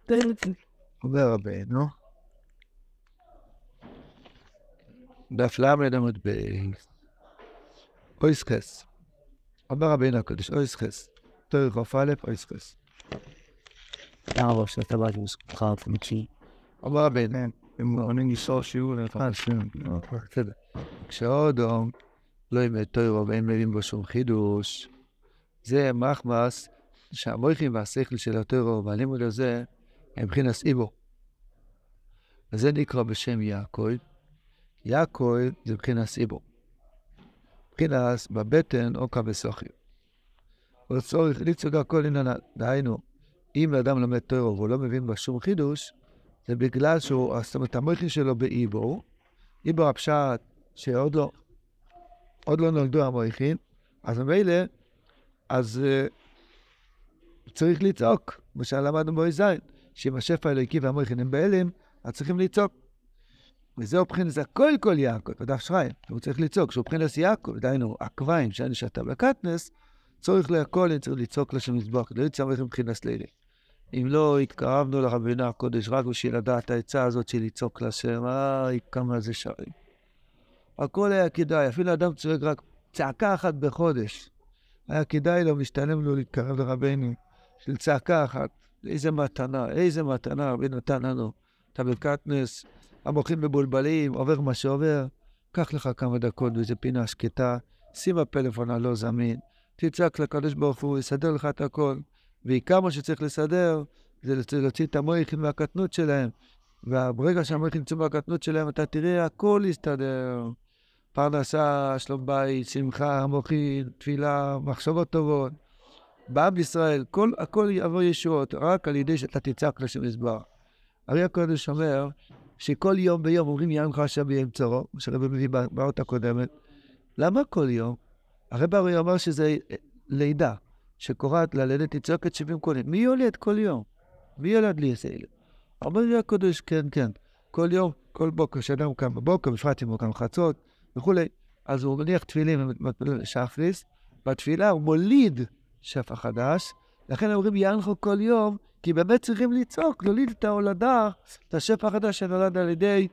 אומר רבינו, דף למד עמוד בייס, אויסחס, אומר רבינו הקדוש, אויסחס, תורך אוף א' אויסחס. למה שאתה בא למסכותך הפניצ'י? אומר רבינו, אם עונים לסור שיעור בסדר. כשהאודום לא ילמד תורה ואין מבין בו שום חידוש, זה מחמס שהמויכים והשכל של התורה והלימוד הזה הם מבחינת איבו. וזה נקרא בשם יעקב. יעקב זה מבחינת איבו. מבחינת בבטן או כבסוכי. וצורך ליצוג הכל עניין, דהיינו, אם האדם לומד תורה והוא לא מבין בו שום חידוש, זה בגלל זאת אומרת, המויכים שלו באיבו, איבו הפשט שעוד לא נולדו המויכים, אז ממילא, אז צריך לצעוק, כמו שלמדנו בו זין, שאם השפע האלוקי והמויכים הם בהלם, אז צריכים לצעוק. וזהו מבחינת הכל כל יעקב, בדף שריים, הוא צריך לצעוק, שהוא מבחינת יעקב, דהיינו, עקביים שאני שתה בקטנס, צריך להכל, צריך לצעוק לשם מזבח, כדי לצעוק מבחינת לילי. אם לא התקרבנו לרבינו הקודש, רק בשביל לדעת העצה הזאת של לצעוק לשם, כמה זה שרים. הכל היה כדאי, אפילו אדם צועק רק צעקה אחת בחודש. היה כדאי לו, משתלם לו להתקרב לרבינו, של צעקה אחת. איזה מתנה רבי נתן לנו. אתה בקטנס, המוחים מבולבלים, עובר מה שעובר, קח לך כמה דקות באיזה פינה שקטה, שים הפלאפון הלא זמין, תצעק לקדוש ברוך הוא, יסדר לך את הכל, ועיקר מה שצריך לסדר, זה להוציא את המוחים מהקטנות שלהם, וברגע שהמוחים יצאו מהקטנות שלהם, אתה תראה הכל יסתדר. פרנסה, שלום בית, שמחה, מוחין, תפילה, מחשבות טובות. בעם ישראל, הכל יעבור ישועות, רק על ידי שאתה תצעק לשם יזבח. הרי הקודש אומר שכל יום ביום אומרים יענך השם ביום צרו, מה שהרבי מביא באות הקודמת. למה כל יום? הרבי אומר שזה לידה, שקוראת ללדת תצעקת 70 קולים. מי יולד כל יום? מי ילד לי איזה ילד? אומר לי הקודש, כן. כל יום, כל בוקר, שאדם קם בבוקר, בפרט אם הוא קם חצות, וכולי. אז הוא מניח תפילים ומתפלל שחריס, בתפילה הוא מוליד שפע חדש, לכן אומרים יענך כל יום, כי באמת צריכים לצעוק, להוליד את ההולדה, את השפע החדש שנולד על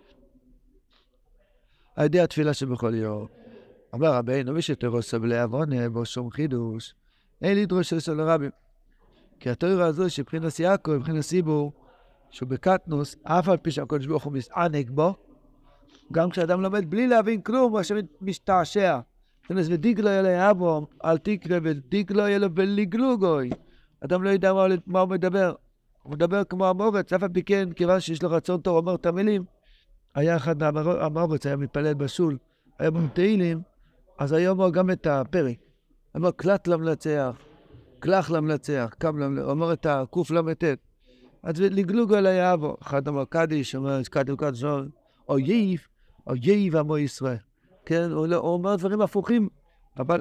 ידי התפילה שבכל יום. אמר רבינו, מי שתרוסה בלי עוונה, בו שום חידוש, אין לדרוש של הרבים. כי התורה הזו שבחינס יעקב, מבחינס ציבור, שהוא בקטנוס, אף על פי שהקדוש ברוך הוא מתענג בו, גם כשאדם לומד בלי להבין כלום, הוא השם משתעשע. כנס ודיגלו אלי אברהם, אל תקרא ודיגלו אלי ולגלוגוי. אדם לא יודע מה הוא מדבר. הוא מדבר כמו המורץ, אף על פי כן, כיוון שיש לו רצון טוב, הוא אומר את המילים. היה אחד המורץ, היה מתפלל בשול, היה במתהילים, אז היה אומר גם את הפרי. אמר קלט למנצח, קלח למנצח, קם למנצח, הוא אומר את הקוף למתת. אז לגלוגו אלי אברהם, אחד אמר קדיש, אומר קדיש, אויב עמו ישראל. כן, הוא אומר דברים הפוכים, אבל...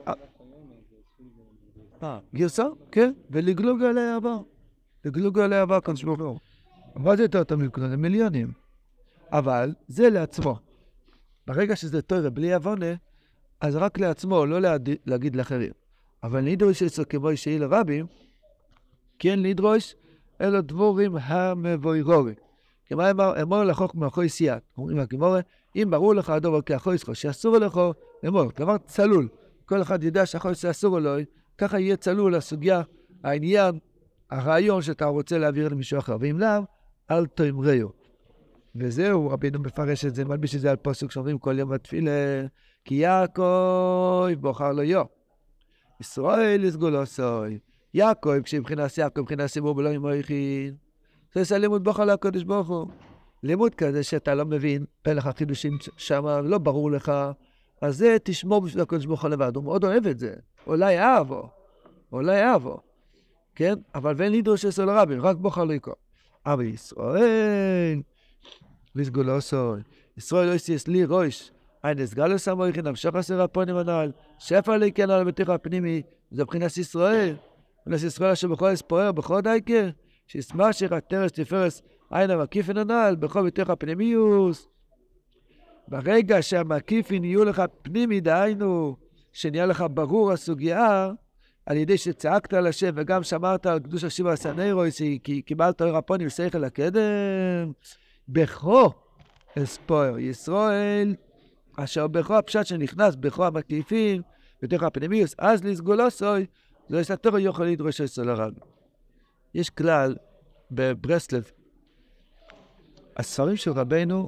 גרסה? כן, ולגלוגו אלי אברהם. לגלוגו אלי אברהם כאן שמור. מה זה יותר תמיד? זה מיליונים. אבל זה לעצמו. ברגע שזה תורה בלי עוונה, אז רק לעצמו, לא להגיד לאחרים. אבל נדרוש אצלו כמו שיהיה לרבים, כן נדרוש אלו דבורים המבוירורים. כמה אמור לחוק מאחוי סייעת. אומרים הגמורה, אם ברור לך הדובר כאחוי סחו, שאסור לך, אמור, דבר צלול. כל אחד ידע שאחוי סחו אסור לו, ככה יהיה צלול לסוגיה, העניין, הרעיון שאתה רוצה להעביר למישהו אחר. ואם לאו, אל תאמריו. וזהו, רבינו מפרש את זה, מלביש את זה על פסוק שאומרים כל יום בתפילה, כי יעקב בוחר לו יום. ישראל יסגול עשוי. יעקב, כשבחינת יעקב, מבחינת סיבור בלא ימויכין. זה לימוד בוחר לקדוש ברוך הוא. לימוד כזה שאתה לא מבין, פלח החידושים שם, לא ברור לך, אז זה תשמור בשביל הקדוש ברוך הוא לבד. הוא מאוד אוהב את זה. אולי אהבו. כן? אבל ואין לדרוש אצל הרבים, רק בוחר ליקו. אבל ישראל, לסגול עשוי. ישראל לא יסיס לי ראש. אין הסגל עשה מויכין, המשך עשר הפונים הנעל. שפע לי כן על בתוך הפנימי, זה מבחינת ישראל. מבחינת ישראל אשר בכל הספואר, בכל דייקה. שישמח שרתרס תפרס עין המקיפין הנעל בכל בתוך הפנימיוס. ברגע שהמקיפין יהיו לך פנימי, דהיינו, שנהיה לך ברור הסוגיה, על ידי שצעקת על השם וגם שמרת על קדוש השם הסנרויס, כי קיבלת אור הפונים ושכל הקדם, בכו אספויר ישראל, אשר בכו הפשט שנכנס, בכו המקיפים, בתוך הפנימיוס, אז לסגולוסוי, זו יסתור יוכל לדרוש אצל הרב. יש כלל בברסלב, הספרים של רבנו,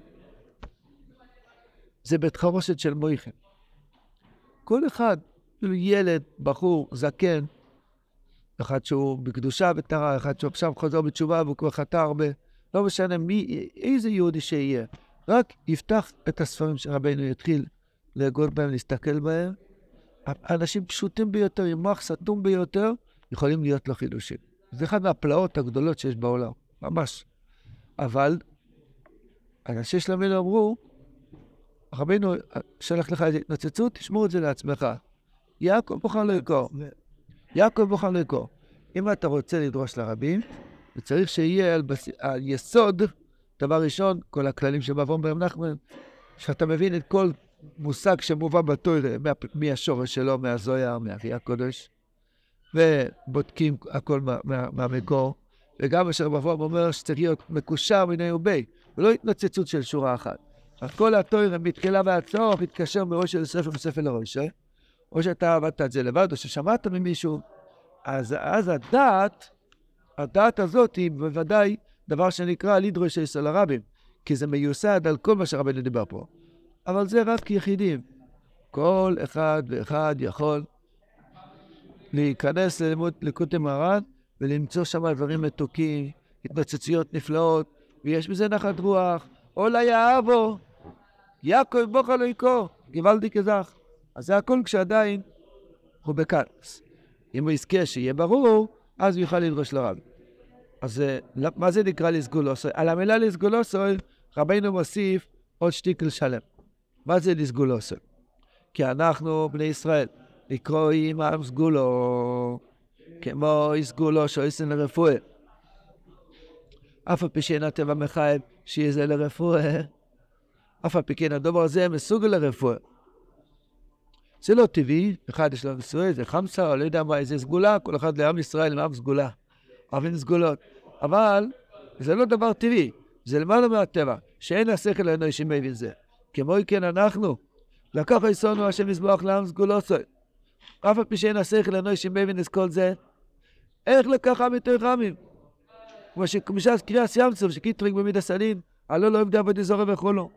זה בית חרושת של מויכם. כל אחד, ילד, בחור, זקן, אחד שהוא בקדושה וטרה, אחד שהוא עכשיו חוזר בתשובה והוא כבר חטא הרבה, לא משנה איזה יהודי שיהיה, רק יפתח את הספרים של רבנו, יתחיל לגור בהם, להסתכל בהם. אנשים פשוטים ביותר, עם מוח סתום ביותר, יכולים להיות לו חידושים. זה אחד מהפלאות הגדולות שיש בעולם, ממש. אבל אנשי שלמנו אמרו, רבנו שלח לך איזו התנצצות, תשמור את זה לעצמך. יעקב מוכן לקרוא. יעקב מוכן לקרוא. אם אתה רוצה לדרוש לרבים, זה צריך שיהיה על יסוד, דבר ראשון, כל הכללים שבאברהם ברב נחמן, שאתה מבין את כל מושג שמובא בתורה, מהשורש שלו, מהזוהר, מהארי הקודש, ובודקים הכל מהמקור, וגם אשר באברהם אומר שצריך להיות מקושר מיני ובי, ולא התנצצות של שורה אחת. אז כל התורה מתחילה ועד סוף, התקשר מראש של ספר מספר לראש, או שאתה עבדת את זה לבד, או ששמעת ממישהו, אז הדעת הזאת היא בוודאי דבר שנקרא לדרוש אצל הרבים, כי זה מיוסד על כל מה שרבנו דיבר פה. אבל זה רק יחידים. כל אחד ואחד יכול להיכנס ללימוד ליקוטי מוהר"ן ולמצוא שם דברים מתוקים, התנצצויות נפלאות, ויש בזה נחת רוח. אולה יאהבו, יעקב בוכה לא יקור, גוואלדי כזך. אז זה הכל כשעדיין הוא בקנס. אם הוא יזכה שיהיה ברור, אז הוא יוכל לדרוש לרב. אז מה זה נקרא לסגולוסוי? על המילה לסגולוסוי, רבינו מוסיף עוד שטיקל שלם. מה זה לסגולוסוי? כי אנחנו, בני ישראל, לקרוא עם עם סגולו, כמו סגולו שעושים לרפואה. אף על פי שאין הטבע מחייב שיהיה זה לרפואה, אף על פי כן הדבר הזה מסוגל לרפואה. זה לא טבעי, אחד יש לו נישואי, זה חמסה, או לא יודע מה, איזה סגולה, כל אחד לעם ישראל, לעם סגולה, אוהבים סגולות. אבל זה לא דבר טבעי, זה למעלה מהטבע, שאין השכל האנושי מבין זה. כמו כן אנחנו, לקח יסונו השם יזבח לעם סגולות, אף על פי שאין השכל האנושי מבין את כל זה, איך לקח עם יותר רמים? כמו שמשאז קריאס ימצוב, שקיטריק במיד הסלין, הלא לא עבדה ודזורה וכולו.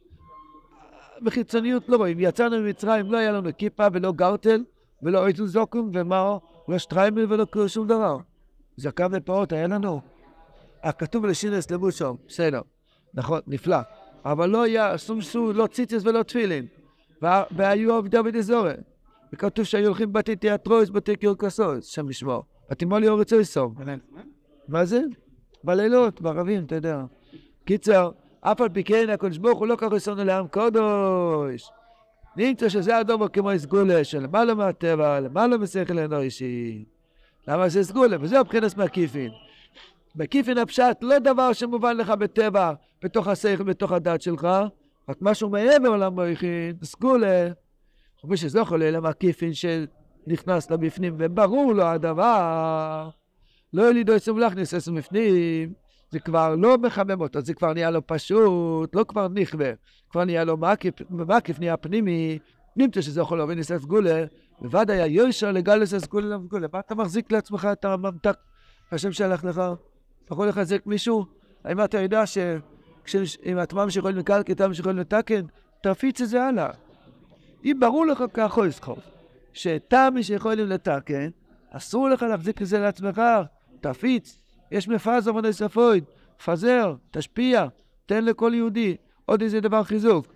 בחיצוניות לא רואים, יצאנו ממצרים, לא היה לנו כיפה ולא גרטל, ולא אויזו זוקום, ומה, לא שטריימל ולא שום דבר. זקם ופעות היה לנו. הכתוב לשינס לבושום, בסדר, נכון, נפלא. אבל לא היה שום לא ציציס ולא תפילין. והיו עבדה ודזורה. וכתוב שהיו הולכים בתי תיאטרויס, בתי קירקסויס, שם לשמור. התימול לי אורצו יסום. מה זה? בלילות, בערבים, אתה יודע. קיצר, אף על פי כן, הקדוש ברוך הוא לא כך יסונו לעם קודש. נמצא שזה הדובר כמו סגולה, שלמעלה מהטבע, למעלה משכל אנושי. למה זה סגולה? וזה הבחינס מהכיפין. בכיפין הפשט לא דבר שמובן לך בטבע, בתוך השכל, בתוך הדת שלך, רק משהו מעבר למויכין, סגולה. ומי שזה יכול להיות מהכיפין שנכנס לבפנים, וברור לו הדבר, לא ילידו יצום להכניס עצם בפנים, זה כבר לא מחמם אותו, זה כבר נהיה לו פשוט, לא כבר נכווה, כבר נהיה לו מקיף, נהיה פנימי, נמצא שזה יכול להבין לסס סגולה, ובד היה יושר לגל לסס סגולה למגולה. מה אתה מחזיק לעצמך את הממתק, השם שלח לך? אתה יכול לחזק מישהו? האם אתה יודע שאם התמם שיכולים לקלקל, תמם שיכולים לתקן, תפיץ את זה הלאה. אם ברור לך ככה יסחוב, שתמם שיכולים לתקן, אסור לך להחזיק את זה לעצמך, תפיץ. יש מפזר ונוספות, פזר, תשפיע, תן לכל יהודי, עוד איזה דבר חיזוק.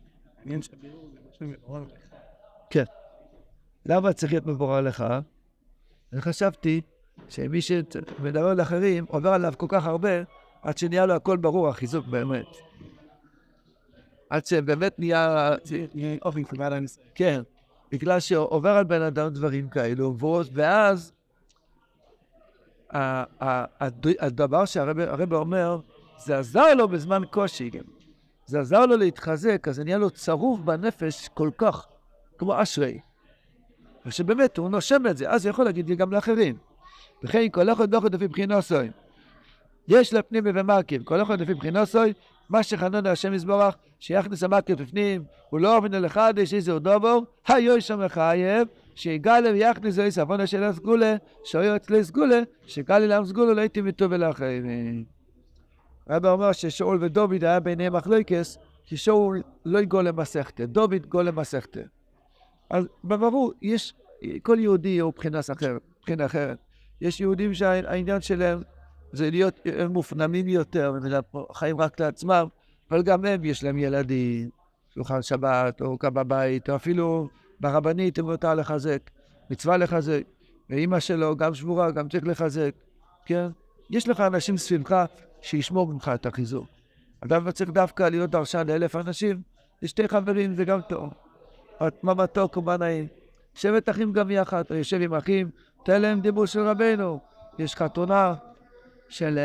כן. למה צריך להיות מבורר לך? אני חשבתי שמי שמדבר לאחרים עובר עליו כל כך הרבה, עד שנהיה לו הכל ברור, החיזוק באמת. עד שבאמת נהיה... כן, בגלל שעובר על בן אדם דברים כאלו, ואז הדבר שהרב אומר, זה עזר לו בזמן קושי, זה עזר לו להתחזק, אז זה נהיה לו צרוף בנפש כל כך, כמו אשרי. ושבאמת הוא נושם את זה, אז הוא יכול להגיד לי גם לאחרים. וכן כל אחד דוחת לפי בחינוסוי. יש לפנים ומקיף, כל אחד לפי בחינוסוי, מה שחנון השם יסבורך, שיכניס המקיף בפנים, הוא לא עובד על אחד, יש איזה דובר, היו שם מחייב, שיגלה ויכניס איזה עוונה של הסגולה, שהיו אצלי סגולה, שגלה להם סגולה, לא הייתי מטוב לאחרים. רבי אומר ששאול ודוד היה ביניהם מחלוקס, ששאול לא יגול למסכתה, דוד גול למסכתה. אז בברור, יש, כל יהודי הוא בחינה אחרת. יש יהודים שהעניין שלהם זה להיות מופנמים יותר, חיים רק לעצמם, אבל גם הם יש להם ילדים, שולחן שבת, או כאן בבית, או אפילו ברבנית, הם מותר לחזק, מצווה לחזק, ואמא שלו גם שבורה, גם צריך לחזק, כן? יש לך אנשים סביבך שישמור ממך את החיזוק. אדם צריך דווקא להיות דרשן ל1,000 אנשים, יש 2 חברים, זה גם טוב. מה מתוק ומה נעים. שבט אחים גם יחד, אתה יושב עם אחים, תן להם דיבור של רבינו. יש חתונה של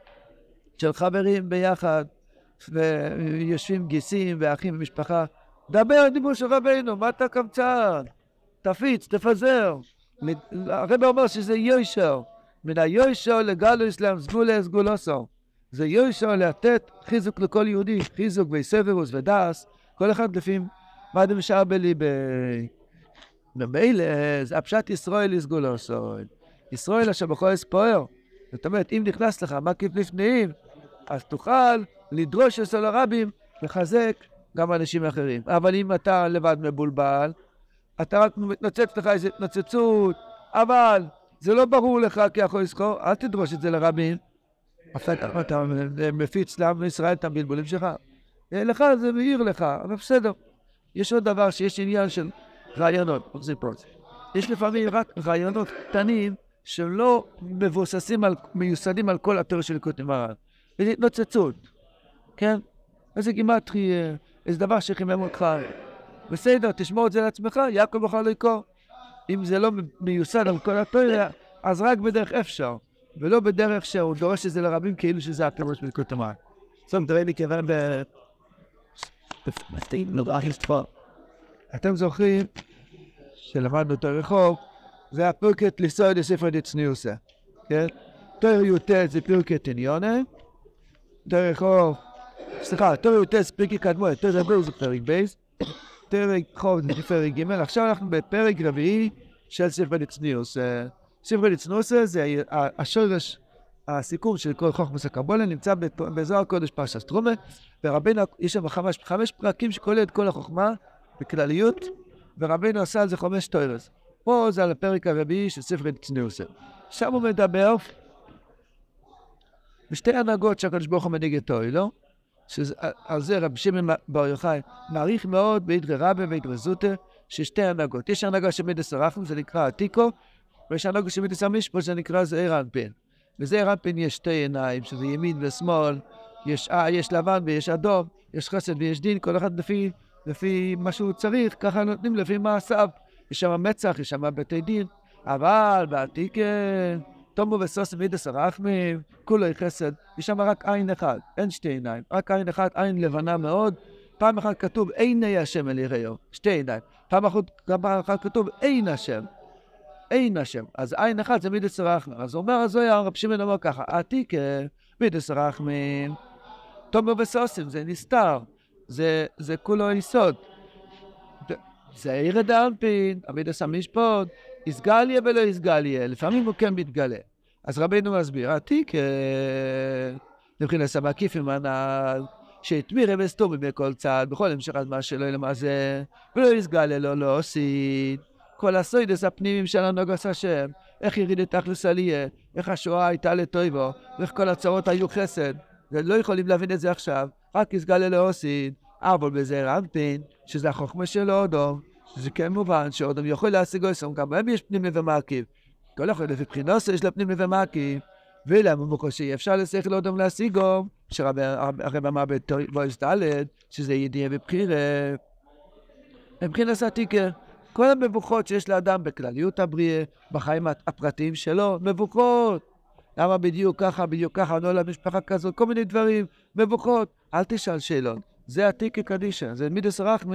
חברים ביחד, ויושבים גיסים ואחים ומשפחה. דבר על דיבור של רבינו, מה אתה קמצן? תפיץ, תפזר. הרב אומר שזה יושר. מן היושר לגלו אסלאם סגולה סגולוסו. זה יושר לתת חיזוק לכל יהודי, חיזוק וסברוס ודאס, כל אחד לפעמים מה אתם משאר בליבי. במילא, זה הפשט ישראל סגולוסו. ישראל אשר בכל אספואר. זאת אומרת, אם נכנס לך מקיף לפניים, אז תוכל לדרוש אצל הרבים לחזק גם אנשים אחרים. אבל אם אתה לבד מבולבל, אתה רק מתנצץ לך איזו התנצצות, אבל זה לא ברור לך כי יכול לזכור, אל תדרוש את זה לרבים. אתה מפיץ לעם ישראל את הבלבולים שלך. לך זה מעיר לך, אבל בסדר. יש עוד דבר שיש עניין של רעיונות. יש לפעמים רק רעיונות קטנים שלא מבוססים, מיוסדים על כל התיאוריה של ליקוטי מוהר"ן. איזו התנוצצות, כן? איזה גימטרי, איזה דבר שחימם אותך. בסדר, תשמור את זה לעצמך, יעקב יכול לקרוא. אם זה לא מיוסד על כל התיאוריה, אז רק בדרך אפשר, ולא בדרך שהוא דורש את זה לרבים כאילו שזה התיאוריה של ליקוטי מוהר"ן. זאת אומרת, לי כיוון אתם זוכרים שלמדנו את הרחוב, זה הפרקת לסוד לספר דצניוסה, כן? תור יוטט זה פרקת עניונה, תור יוטט זה פרקי קדמות, תור רבור זה פרק בייס, תור רחוב זה פרק ג', עכשיו אנחנו בפרק רביעי של ספר דצניוסה. ספר דצניוסה זה השורש, הסיכום של כל חוכמת הקבלה, נמצא בזוהר הקודש פרשת תרומה, ורבנו, יש שם 5 פרקים שכולל את כל החוכמה בכלליות, ורבנו עשה על זה 5 תוירס. פה זה על הפרק הרביעי של ספר דצניוסה. שם הוא מדבר בשתי הנהגות שהקדוש ברוך הוא מנהיג איתו, לא? על זה רבי שמעון בר יוחאי מעריך מאוד באידרא רבא ואידרא זוטא, ששתי הנהגות. יש הנהגה של מידס הרחמים, זה נקרא עתיקו, ויש הנהגה של מידס המשפט, זה נקרא זעיר אנפין. בזעיר אנפין יש 2 עיניים, שזה ימין ושמאל, יש לבן ויש אדום, יש חסד ויש דין, כל אחד לפי מה שהוא צריך, ככה נותנים לפי מעשיו. יש שם מצח, יש שם בתי דין, אבל בעתיקה, תומו וסוס מידס הרחמים, כולו חסד, יש שם רק עין אחד, אין 2 עיניים, רק עין אחד, עין לבנה מאוד. פעם אחת כתוב עיני השם אל יראו, 2 עיניים. פעם אחת כתוב אין השם, אין השם. אז עין אחד זה מידס הרחמים. אז אומר הזוהר, רבי שמעון אומר ככה, עתיקה, מידס הרחמים, תומו וסוסים, זה נסתר, זה כולו יסוד. זה עיר דאנפין, מידס המשפט, יסגליה ולא יסגליה, לפעמים הוא כן מתגלה. אז רבינו מסביר, עתיקה, מבחינת המקיפים הנ"ל, שהתמירה וסתומים בכל צד, בכל המשך הזמן שלו למעשה, ולא יסגליה לא עושית. כל הסוידס הפנימיים של הנוגס השם, איך יריד את תכלס עליה, איך השואה הייתה לטויבו, ואיך כל הצרות היו חסד. ולא יכולים להבין את זה עכשיו, רק יסגליה לא עושית. אבל בזעיר אנפין, שזה החוכמה של אודום, זה כן מובן שאודום יכול להשיגו אסום, גם בהם יש פנים ומקיף. כל אחד לפי בחינות יש לה פנים ומקיף, ולמה מוקושי אפשר לשכל אודום להשיגו, שהרב אמר בויס ד' שזה ידיעה ובחירה. מבחינת עתיקה, כל המבוכות שיש לאדם בכלליות הבריאה, בחיים הפרטיים שלו, מבוכות. למה בדיוק ככה, לא למשפחה כזאת, כל מיני דברים, מבוכות. אל תשאל שאלות. זה עתיקה קדישה, זה מידס הרחמים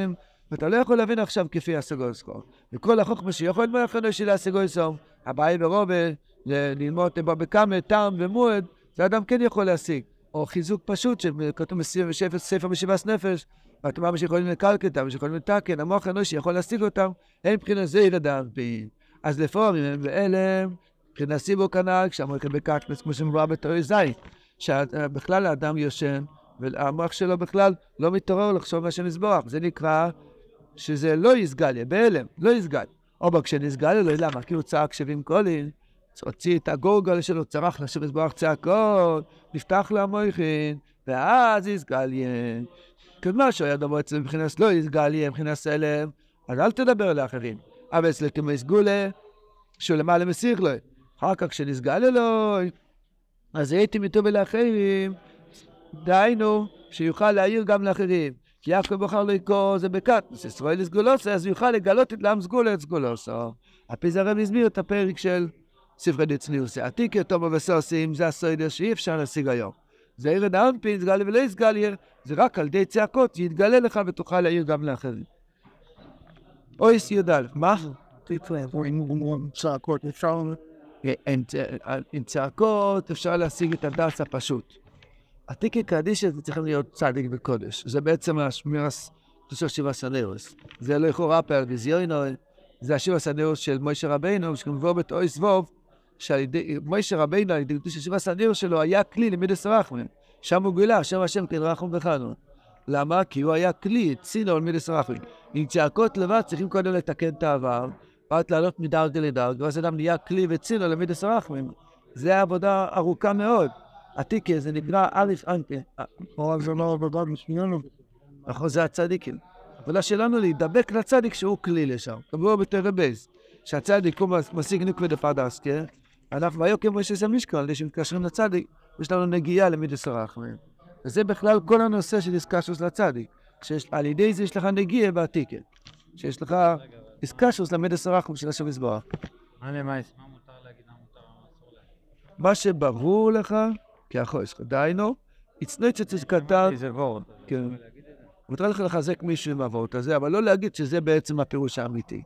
ואתה לא יכול להבין עכשיו כפי הסגויסקו. וכל החוכמה שיכול מהכנו של הסגויסום, הבעיה ברובה, ללמוד בקמה, טעם ומועד, זה אדם כן יכול להשיג. או חיזוק פשוט, שכתוב בספר משיבת נפש, והתאמר שיכולים לקלקל אותם, שיכולים לתקן, המוח האנושי יכול להשיג אותם, אין מבחינה זה ירד האנפין. אז לפעמים הם ואלם, מבחינה סיבו כנ"ל, כשהמוח בקטמס, כמו שמובא בתורי זין, שבכלל האדם יושן, והמוח שלו בכלל לא מתעורר לחשוב מה שנסבוח. זה נקרא שזה לא יסגל, בהלם, לא יסגל. או כשנסגל לו, למה? כי הוא צעק 70 קולים, הוציא את הגורגל שלו, צרח לשם נסבוח צעקות, נפתח לו המוחין, ואז יסגליה. כלומר שהוא היה דומה אצלם מבחינת לא יסגליה, מבחינת סלם, אז אל תדבר לאחרים. אבל אצלם תמי סגולה, שהוא למעלה מסיך לו. אחר כך כשנסגל לו, אז הייתי מטוב לאחרים, דהיינו, שיוכל להעיר גם לאחרים. כי יעקב בחר לו יקור זה בקטמוס, ישראל סגולוסו, אז יוכל לגלות את לעם סגולה את סגולוסו. הפיס הרב הסביר את הפרק של ספרי דצניוס. עתיקי אותו בבסוסים, זה הסוידר שאי אפשר להשיג היום. זה ירד האנפין, סגלי ולא יסגליה, זה רק על די צעקות, יתגלה לך ותוכל להעיר גם לאחרים. אויס י"א, מה? עם צעקות אפשר להשיג את הדס הפשוט. עתיקי קדישא זה צריכים להיות צדיק וקודש. זה בעצם השמירס של שבע סנרוס. זה לא יכול רפל וזיונו, זה השבע סנרוס של מוישה רבינו, שכמובן בתאוי סבוב, שמוישה רבינו, על ידי של שבע סנרוס שלו, היה כלי למידס רחמן. שם הוא גילה, שם השם כן רחום וחנו. למה? כי הוא היה כלי, צינו על מידס רחמן. עם צעקות לבד צריכים קודם לתקן את העבר, ואז לעלות מדרגה לדרגה, ואז אדם נהיה כלי וצינו למידס רחמן. זה עבודה ארוכה מאוד. עתיקי, זה נקרא א' אנפי. זה לא עבודה בשבילנו. נכון, זה הצדיקים. העבודה שלנו להידבק לצדיק שהוא כלי לשם. כמובן בתרא בייס. שהצדיק הוא משיג נקווה דפרדס, כן? אנחנו היום כמו שיש משקל, שמתקשרים לצדיק, יש לנו נגיעה למידס הרחמים. וזה בכלל כל הנושא של איסקשוס לצדיק. על ידי זה יש לך נגיעה בעתיקי. שיש לך איסקשוס למידס הרחמים של השם יזברך. מה למעשה? מה מותר להגיד, מה מותר, מה אסור להגיד? מה שברור לך, כי אחוי יש לך דיינו, יצנצת קטן, איזה וורד. כן. מותר לך לחזק מישהו עם הוורד הזה, אבל לא להגיד שזה בעצם הפירוש האמיתי.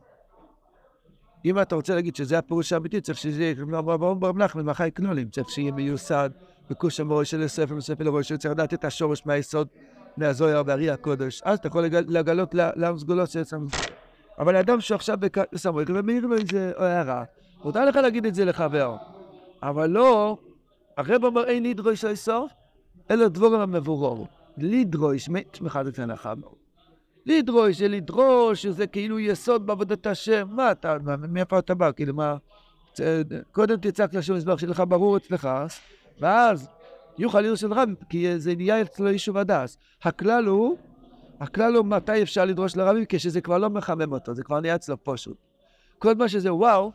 אם אתה רוצה להגיד שזה הפירוש האמיתי, צריך שזה יהיה ברמלח ממחי כנולים, צריך שיהיה מיוסד, בקוש המורה של הספר, מספר לראש, צריך לדעת את השורש מהיסוד, מהזוהר והרי הקודש, אז אתה יכול לגלות למסגולות שעצם. אבל האדם שעכשיו בסמוך, ומעיר לו איזה הערה, מותר לך להגיד את זה לחבר, אבל לא, הרב אומר אין לדרוש לסוף, אלא דבורם המבורור. לדרוש, תשמחה זה לחבר. לדרוש זה לדרוש, זה כאילו יסוד בעבודת השם. מה אתה, מאיפה אתה בא? כאילו מה? קודם תצעק לשם מזבח שלך ברור אצלך, ואז יוכל לדרוש לרב, כי זה נהיה אצלו יישוב הדס. הכלל הוא מתי אפשר לדרוש לרבים, כשזה כבר לא מחמם אותו, זה כבר נהיה אצלו פשוט. כל מה שזה וואו,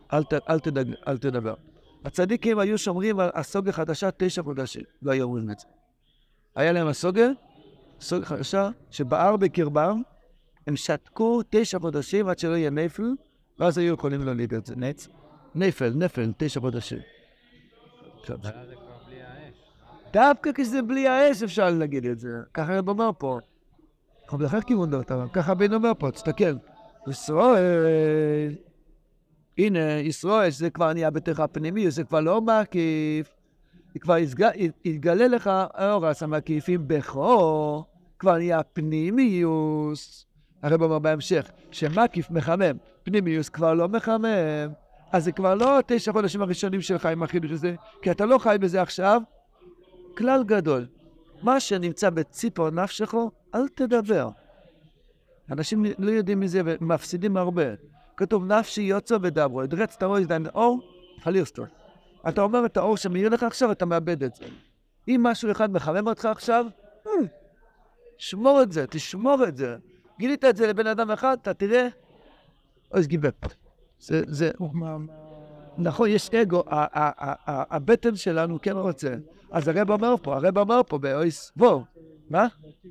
אל תדבר. הצדיקים היו שומרים על הסוגה חדשה 9 חודשים, לא היו אומרים את זה. היה להם הסוגה חדשה, שבער בקרבם, הם שתקו 9 חודשים עד שלא יהיה נפל, ואז היו יכולים להוליד את זה. נפל, 9 חודשים. זה כבר בלי האש. דווקא כשזה בלי האש אפשר להגיד את זה. ככה הרב אומר פה. אנחנו בדרך כיוון דעתם, ככה בן אומר פה, תסתכל. ישראל, הנה, ישראל, שזה כבר נהיה בתוך הפנימי, זה כבר לא מקיף, כבר יתגלה לך האורס המקיפים בכו, כבר נהיה פנימיוס. הרב אומר בהמשך, שמקיף מחמם, פנימיוס כבר לא מחמם, אז זה כבר לא 9 חודשים הראשונים שלך עם החידוש הזה, כי אתה לא חי בזה עכשיו. כלל גדול, מה שנמצא בציפור נפשך, אל תדבר. אנשים לא יודעים מזה ומפסידים הרבה. כתוב נפשי יוצא ודברו, הדרץ את הרוי זדן אור, חלירסטור. אתה אומר את האור שמאיר לך עכשיו, אתה מאבד את זה. אם משהו אחד מחמם אותך עכשיו, שמור את זה, תשמור את זה. גילית את זה לבן אדם אחד, אתה תראה, אויס גיבב. זה... נכון, יש אגו, הבטן שלנו כן רוצה. אז הרב אומר פה באויס וור. מה?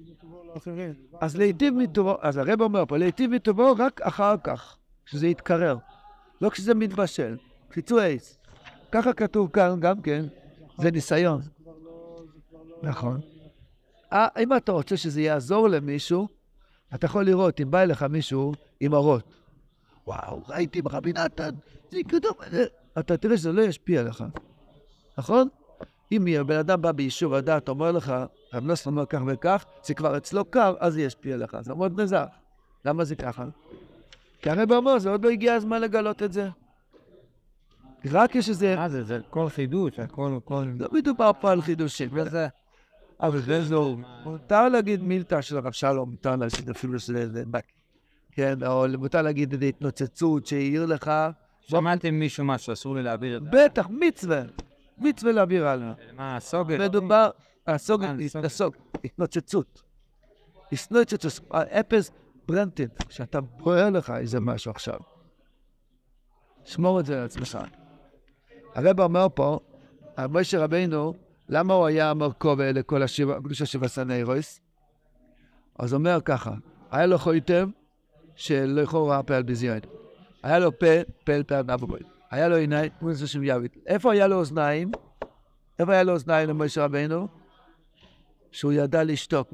אז להיטיב מטובו, אז הרב אומר פה, להיטיב מטובו רק אחר כך, כשזה יתקרר. לא כשזה מתבשל. חיצו אייס. ככה כתוב כאן גם כן, זה ניסיון. נכון. אם אתה רוצה שזה יעזור למישהו, אתה יכול לראות, אם בא אליך מישהו עם אורות, וואו, ראיתי ברבי נתן, זה קדום, אתה תראה שזה לא ישפיע עליך, נכון? אם בן אדם בא ביישוב הדת, אומר לך, רב נוסף אומר כך וכך, זה כבר אצלו קר, אז זה ישפיע עליך. זה מאוד נזר. למה זה ככה? כי הרב אומר, זה עוד לא הגיע הזמן לגלות את זה. רק יש איזה... זה כל חידוש, הכל... לא מדובר פה על חידושים. וזה... אבל זה לא... מותר להגיד מילתא של הרב שלום, מותר להגיד אפילו שזה... כן, או מותר להגיד איזו התנוצצות שהעיר לך... שמעתם מישהו משהו, אסור לי להעביר את זה. בטח, מצווה. מצווה להעביר עליו. מה, הסוגת? מדובר... הסוגת, התנוצצות. התנוצצות. אפס ברנטד, שאתה בוער לך איזה משהו עכשיו. שמור את זה לעצמך. הרב אומר פה, משה רבינו, למה הוא היה מרכובה לכל הקדושה שבע סנאירוס? אז הוא אומר ככה, היה לו חויתם שלא יכול ראה פה על ביזיון. היה לו פה על נבובוי. היה לו עיניים, הוא נעשה שם יבית. איפה היה לו אוזניים? איפה היה לו אוזניים למשה רבינו? שהוא ידע לשתוק.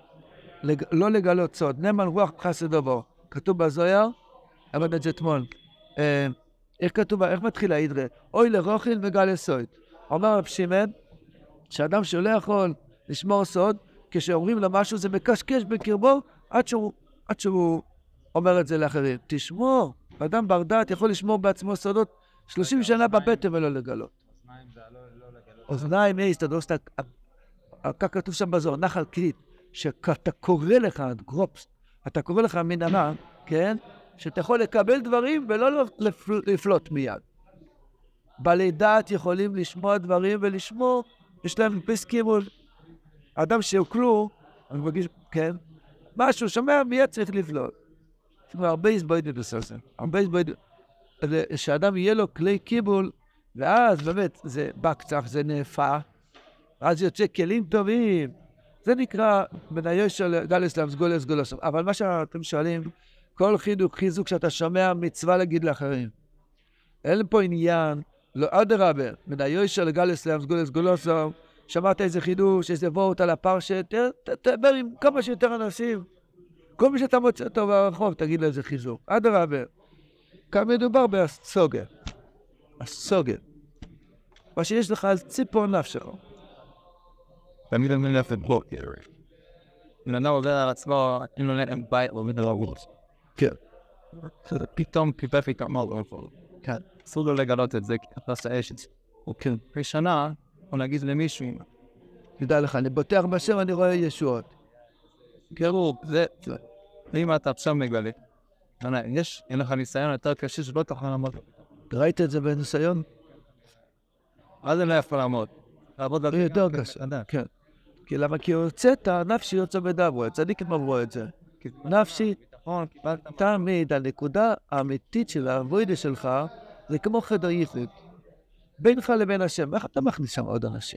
לא לגלות סוד. נאמן רוח חסד בו. כתוב בזוהר, אמרנו את זה אתמול. איך כתוב, איך מתחיל ההידרה? אוי לרוחיל וגל סוד. אומר רב שמעון, שאדם שלא יכול לשמור סוד, כשאומרים לו משהו זה מקשקש בקרבו, עד שהוא אומר את זה לאחרים. תשמור, אדם בר דעת יכול לשמור בעצמו סודות 30 שנה בבטן ולא לגלות. אוזניים זה לא לגלות. אוזניים, הסתדרות, כך כתוב שם בזוהר, נחל קליט, שאתה קורא לך, גרופס, אתה קורא לך מנהמה, כן? שאתה יכול לקבל דברים ולא לפלוט מיד. בעלי דעת יכולים לשמוע דברים ולשמור, יש להם פסקימול. אדם שהוקלו, אני מרגיש, כן? משהו, שומע, מיד צריך לפלוט. יש לנו הרבה הסבוידות בסוסם, הרבה הסבוידות. שאדם יהיה לו כלי קיבול, ואז באמת זה בקצח, זה נאפה, אז יוצא כלים טובים. זה נקרא בניו של גלס להם סגולס. אבל מה שאתם שואלים, כל חיזוק שאתה שומע מצווה להגיד לאחרים. אין פה עניין, לא אדרבה, בניו של גלס להם סגולס, שמעת איזה חידוש, איזה וורט על הפרשת, תדבר עם כמה שיותר אנשים. כל מי שאתה מוצא אותו ברחוב, תגיד לו איזה חיזוק. אדרבה. כאן מדובר בסוגר. הסוגר. מה שיש לך על ציפור נפשך. תמיד אני נפת בוקר. אם אדם עובר על עצמו, אם לא נתן בית, לא מבין לגלות. כן. פתאום פיפף איתם מה לא יכול. כן. אסור לו לגלות את זה, כי אתה עושה אשת. כן. אחרי שנה, הוא נגיד למישהו, תדע לך, אני בוטח בשם, אני רואה ישועות. קראו, זה, אם אתה עכשיו מגלה, אין לך ניסיון יותר קשה שלא תוכל לעמוד. ראית את זה בניסיון? אז אני לא יכול לעמוד. לעבוד על זה יותר קשה. כן. כי למה? כי הוצאת, נפשי יוצא בדברו, צדיקים אמרו את זה. נפשי, תמיד הנקודה האמיתית של העבודה שלך, זה כמו חדר ייחוד. בינך לבין השם, איך אתה מכניס שם עוד אנשים?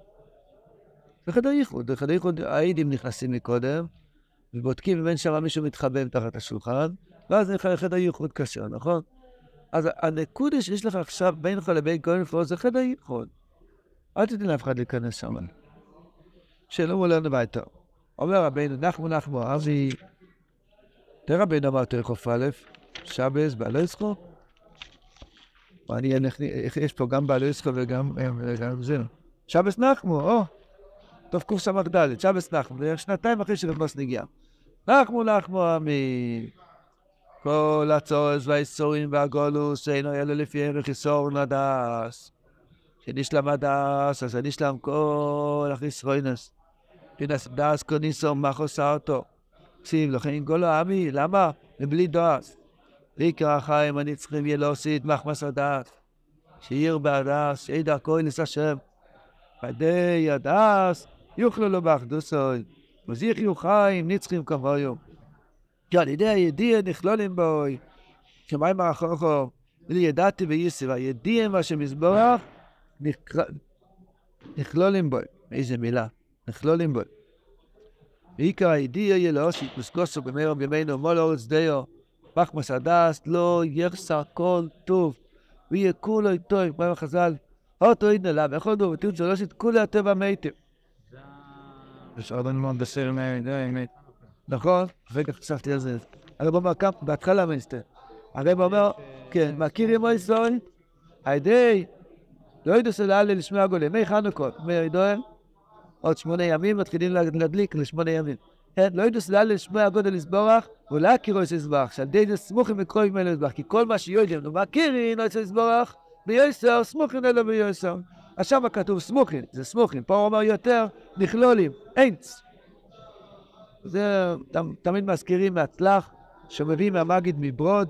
זה חדר ייחוד. בחדר ייחוד העידים נכנסים מקודם, ובודקים אם אין שם מישהו מתחבא תחת השולחן, ואז נכנס חדר ייחוד קשה, נכון? אז הנקודה שיש לך עכשיו בינך לבין כהן פרוס, זה חדר ייחוד. אל תתן לאף אחד להיכנס שם. שלום עולנו ביתה. אומר רבינו, נחמו, אבי, תראה רבינו אמר תרחוף א', שבס, בעלו ישחו. יש פה גם בעלו ישחו וגם זה. שבס נחמו, טוב קורס סמך ד', שבס נחמו, זה שנתיים אחרי שרבנוס נגיע. נחמו, עמי. כל הצורס והאיסורים והגולוס, אינו אלו לפי ערך איסור נדס. שנשלם הדס, אז נשלם כל החיסרוינס. פינס דס קוניסו, מה חוסה אותו? שים לכן גולו עמי, למה? מבלי דס. ליקר החיים הנצחים יהיה להוסיד מחמס הדס. שיר בהדס, שידע כהנס השם. פדי הדס, יוכלו לו באחדוסוי. מזיחיו חיים, נצחים כמויו. כי על ידי הידיע נכלולים בוי. שמיים האחרוכו, ולי ידעתי וייסי, והידיע מה שמסבורך, נכלולים בוי. איזה מילה, נכלולים בוי. ועיקר הידיע יהיה להוסיף מסגוסו במהר בימינו מול אורץ דיו. מחמס הדס לא יחסר כל טוב, ויהיה כולו איתו, כמו החז"ל. אותו עידנה לה, ואיך עוד הוא, ותראו שלוש את כולי הטבע מייתם. יש עוד מאוד בסדר מהידי, נכון? רגע, חשבתי על זה. הרב אומר כאן, בהתחלה מנסטר. הרב אומר, כן, מכיר ימו ישראל? הידי, לא ידעו סלעלה לשמוע הגולה. מי חנוכות? מי ידועם? עוד 8 ימים מתחילים להדליק ל8 ימים. לא ידעו סלעלה לשמוע הגולה לסבורך, ואולי קירו יש לסבורך. שעל די זה סמוכים וקרובים אלה לסבורך. כי כל מה שיודעים, נו מכירים, לא יש לסבורך, ביוסר, סמוכים אלו ביוסר. עכשיו כתוב סמוכים, זה סמוכים. פה הוא אומר יותר, נכלולים, אינץ. זה תמיד מזכירים מהצלח, שמביא מהמגיד מברוד,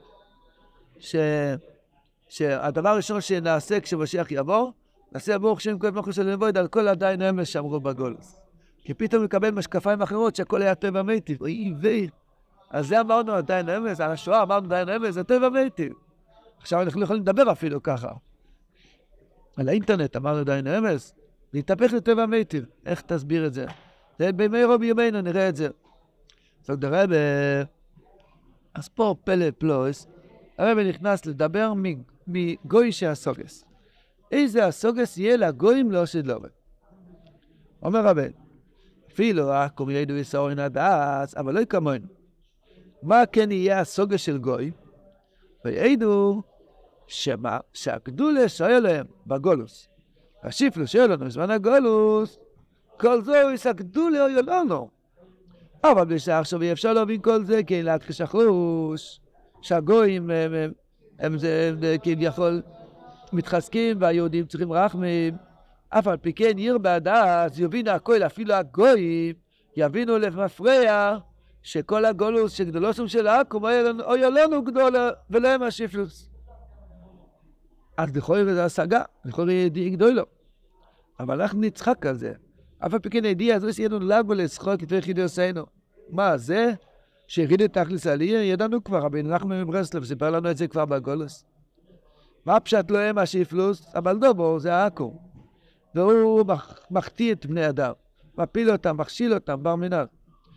שהדבר הראשון שנעשה כשמשיח יבוא, נעשה ברוך שם כל מלכות של נבויד על כל עדיין אמש שאמרו בגולוס. כי פתאום לקבל משקפיים אחרות שהכל היה טבע מיטיב, אוי עיוור. אז זה אמרנו עדיין אמש, על השואה אמרנו עדיין אמש, זה טבע מיטיב. עכשיו אנחנו יכולים לדבר אפילו ככה. על האינטרנט אמרנו עדיין אמש, להתהפך לטבע מיטיב. איך תסביר את זה? זה בימי רוב ימינו נראה את זה. זאת הרב, אז פה פלא פלוס, הרב נכנס לדבר מגוי שהסוגס. איזה הסוגס יהיה לגויים לא שדלורת. אומר רבן, אפילו קום ידעו יסעורין הדעת, אבל לא כמוין. מה כן יהיה הסוגס של גוי? וידעו שמה? שהגדולה שהיה להם בגולוס. השיפלו שהיה לנו בזמן הגולוס, כל זה יסגדולה או ילונו. אבל בשעה עכשיו אי אפשר להבין כל זה, כי להתחיש אחרוש, שהגויים הם כביכול מתחזקים והיהודים צריכים רחמים. אף על פי כן ירבה בהדעת, יבינו הכל, אפילו הגויים יבינו למפרע שכל הגולוס שגדולוסם של העקום היה לנו גדולה ולהם השיפלוס. אז לכאורה זה השגה, לכאורה ידיעי גדולו. אבל אנחנו נצחק על זה. אף על פי כן הידיע, אז יש לנו לגו לשחוק את יחידי עושנו. מה זה? שיריד תכלס עלייה, ידענו כבר, רבינו נחמן מברסלב, סיפר לנו את זה כבר בגולוס. מה פשט לא הם השיפלוס? אבל דובו זה העקום. והוא מחטיא את בני אדם, מפיל אותם, מכשיל אותם, בר מינר.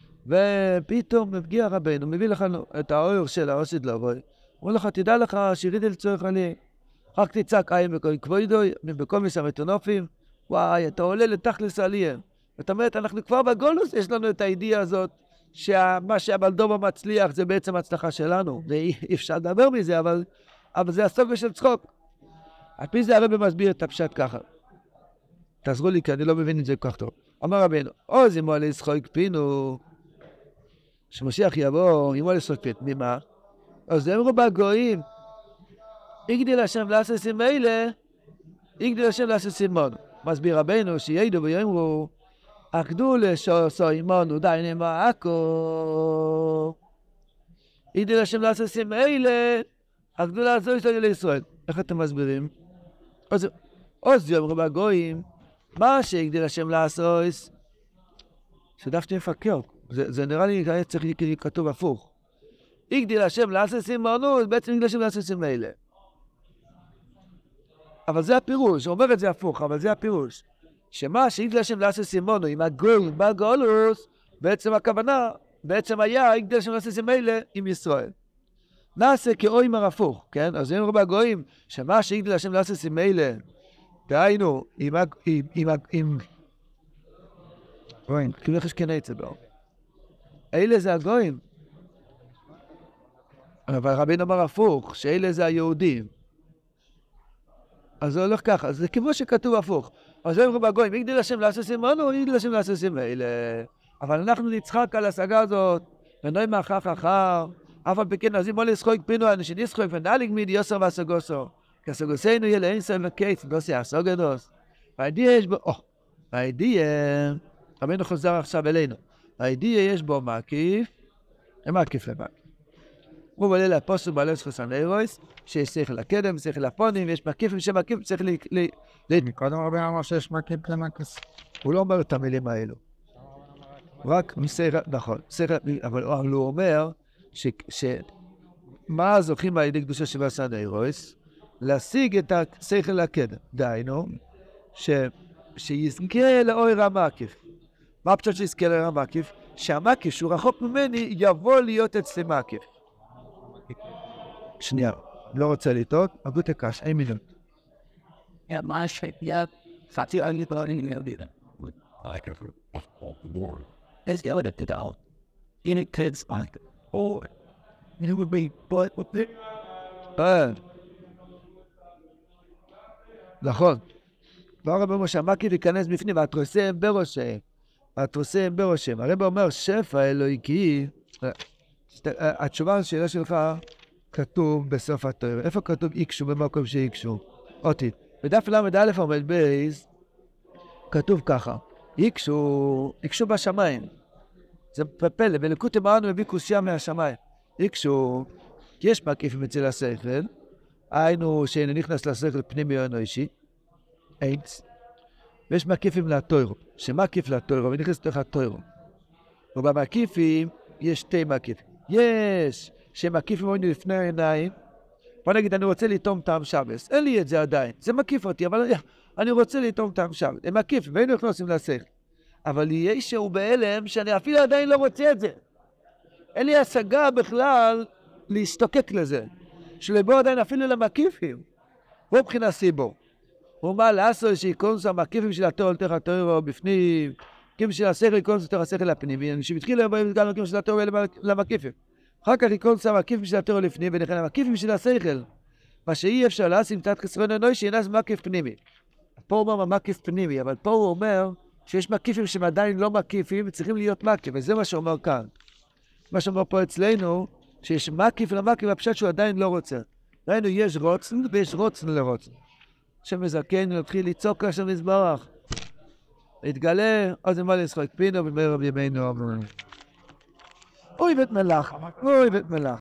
ופתאום מפגיע רבינו, מביא לך את האור של העושד לבוי. אומר לך, תדע לך, שיריד אל צורך עלי. רק תצעק איים בכל כבודוי, בכל מסמטונופים. וואי, אתה עולה לתכלס עלייה. זאת אומרת, אנחנו כבר בגולוס, יש לנו את הידיעה הזאת, שמה שהבלדובה מצליח זה בעצם הצלחה שלנו. ואי אפשר לדבר מזה, אבל זה הסוג של צחוק. על פי זה הרב מסביר את הפשט ככה. תעזרו לי, כי אני לא מבין את זה כל כך טוב. אומר רבינו, עוז אם הוא עלי שחוק פינו, שמשיח יבוא, אם הוא עלי שחוק פינו, ממה? אז אמרו בגויים, יגדיל השם לעששים אלה, יגדיל השם לעששים מונו. מסביר רבינו שידעו ויאמרו, הגדולה שעשו עמנו די נאמר עכו. יגדיל השם לעששים אלה, הגדולה הזו יש לנו לישראל. איך אתם מסבירים? אז יאמרו בגויים, מה שיגדיל השם לעשות? שדפתי מפקר. זה נראה לי היה צריך כתוב הפוך. יגדיל השם לעששים מונו, בעצם יגדיל השם לעששים אלה. אבל זה הפירוש, הוא אומר את זה הפוך, אבל זה הפירוש. שמה שיגדל השם לעששים מונו, עם הגול, בגולוס, בעצם הכוונה, בעצם היה יגדל השם לעששים אלה עם ישראל. נעשה כאוימר הפוך, כן? אז הם רבה גויים, שמה שיגדל השם לעששים אלה, דהיינו, גויים, כאילו איך יש כן עצה בו. אלה זה הגויים. אבל רבינו אמר הפוך, שאלה זה היהודים. אז זה הולך ככה, זה כמו שכתוב הפוך. אז זה אמרו בגויים, יגדיל השם לעששים מונו, יגדיל השם לעששים אלה. אבל אנחנו נצחק על השגה הזאת, ונוי מאחר חכר, אף על פי כן, אז אם עולה שחוק פינו, אנשים נשחוק ונאליג מיד יוסר והסגוסו. כי הסגוסינו יהיה לאין סל וקייס, דוסי הסוגדוס. והידיע יש בו, והידיע, רבינו חוזר עכשיו אלינו. והידיע יש בו מקיף, מקיף למקיף. הוא עולה לפוסט בעלי סחוסן אירויס, שיש שכל לקדם, שכל לפונים, יש מקיפים שמקיפים, צריך קודם רבי אמר שיש מקיף למקיף. הוא לא אומר את המילים האלו. רק מסייכל, נכון, אבל הוא אומר מה זוכים על ידי קדושה של סן אירויס? להשיג את השכל לקדם. דהיינו, שיזכה לאור המקיף. מה פשוט שיזכה לאור המקיף? שהמקיף שהוא רחוק ממני יבוא להיות אצלי מקיף. שנייה, לא רוצה לטעות, אגוד תקש, אין מילות. מה השפיעה? פאצי אני לא יודע. איזה עוד את הדעות. in a kid's like, oh, it would be, but with it. נכון. והרב אומר שהמקיף ייכנס בפנים, והתרוסם בראשיהם. התרוסם בראשיהם. הרב אומר שפע אלוהיקי, התשובה לשאלה שלך כתוב בסוף התורה. איפה כתוב איקשו במקום שאיקשו? אותי. בדף ל"א עומד בייז, כתוב ככה, איקשו בשמיים. זה פלא, בליקוטי מרן מביא קושיה מהשמיים. איקשו, יש מקיפים אצל השכל, היינו שאינו נכנס לשכל פנימי או אנושי, אינץ, ויש מקיפים לתוירו, שמקיף לתוירו ונכנס לתוך התוירו. ובמקיפים יש שתי מקיפים. יש שמקיפים אותנו לפני העיניים, בוא נגיד אני רוצה לטעום טעם שבס, אין לי את זה עדיין, זה מקיף אותי, אבל אני רוצה לטעום טעם שבס, הם מקיפים והיינו נכנסים לשכל. אבל יש שהוא בהלם שאני אפילו עדיין לא רוצה את זה. אין לי השגה בכלל להסתוקק לזה. שלבוא עדיין אפילו למקיפים. הוא מבחינה סיבור. הוא אומר לעשו שיקונס המקיפים של התור על תוך התור בפנים, מקיפים של השכל יקונס לתוך השכל הפנימי. אנשים התחילו לבוא גם מקיפים של התור למקיפים. אחר כך יקונס המקיפים של התור לפנים ונכן המקיפים של השכל. מה שאי אפשר לעשות תת חסרון אנושי שאינס מקיף פנימי. פה הוא אומר מקיף פנימי, אבל פה הוא אומר שיש מקיפים שהם עדיין לא מקיפים וצריכים להיות מקיף, וזה מה שאומר כאן. מה שאומר פה אצלנו, שיש מקיף למקיף, הפשט שהוא עדיין לא רוצה. ראינו, יש רוצן ויש רוצן לרוצן. שמזכן להתחיל לצעוק השם יתברך. להתגלה, אז מה לשחק פינו במרב ימינו. אוי בית מלאך, אוי בית מלאך.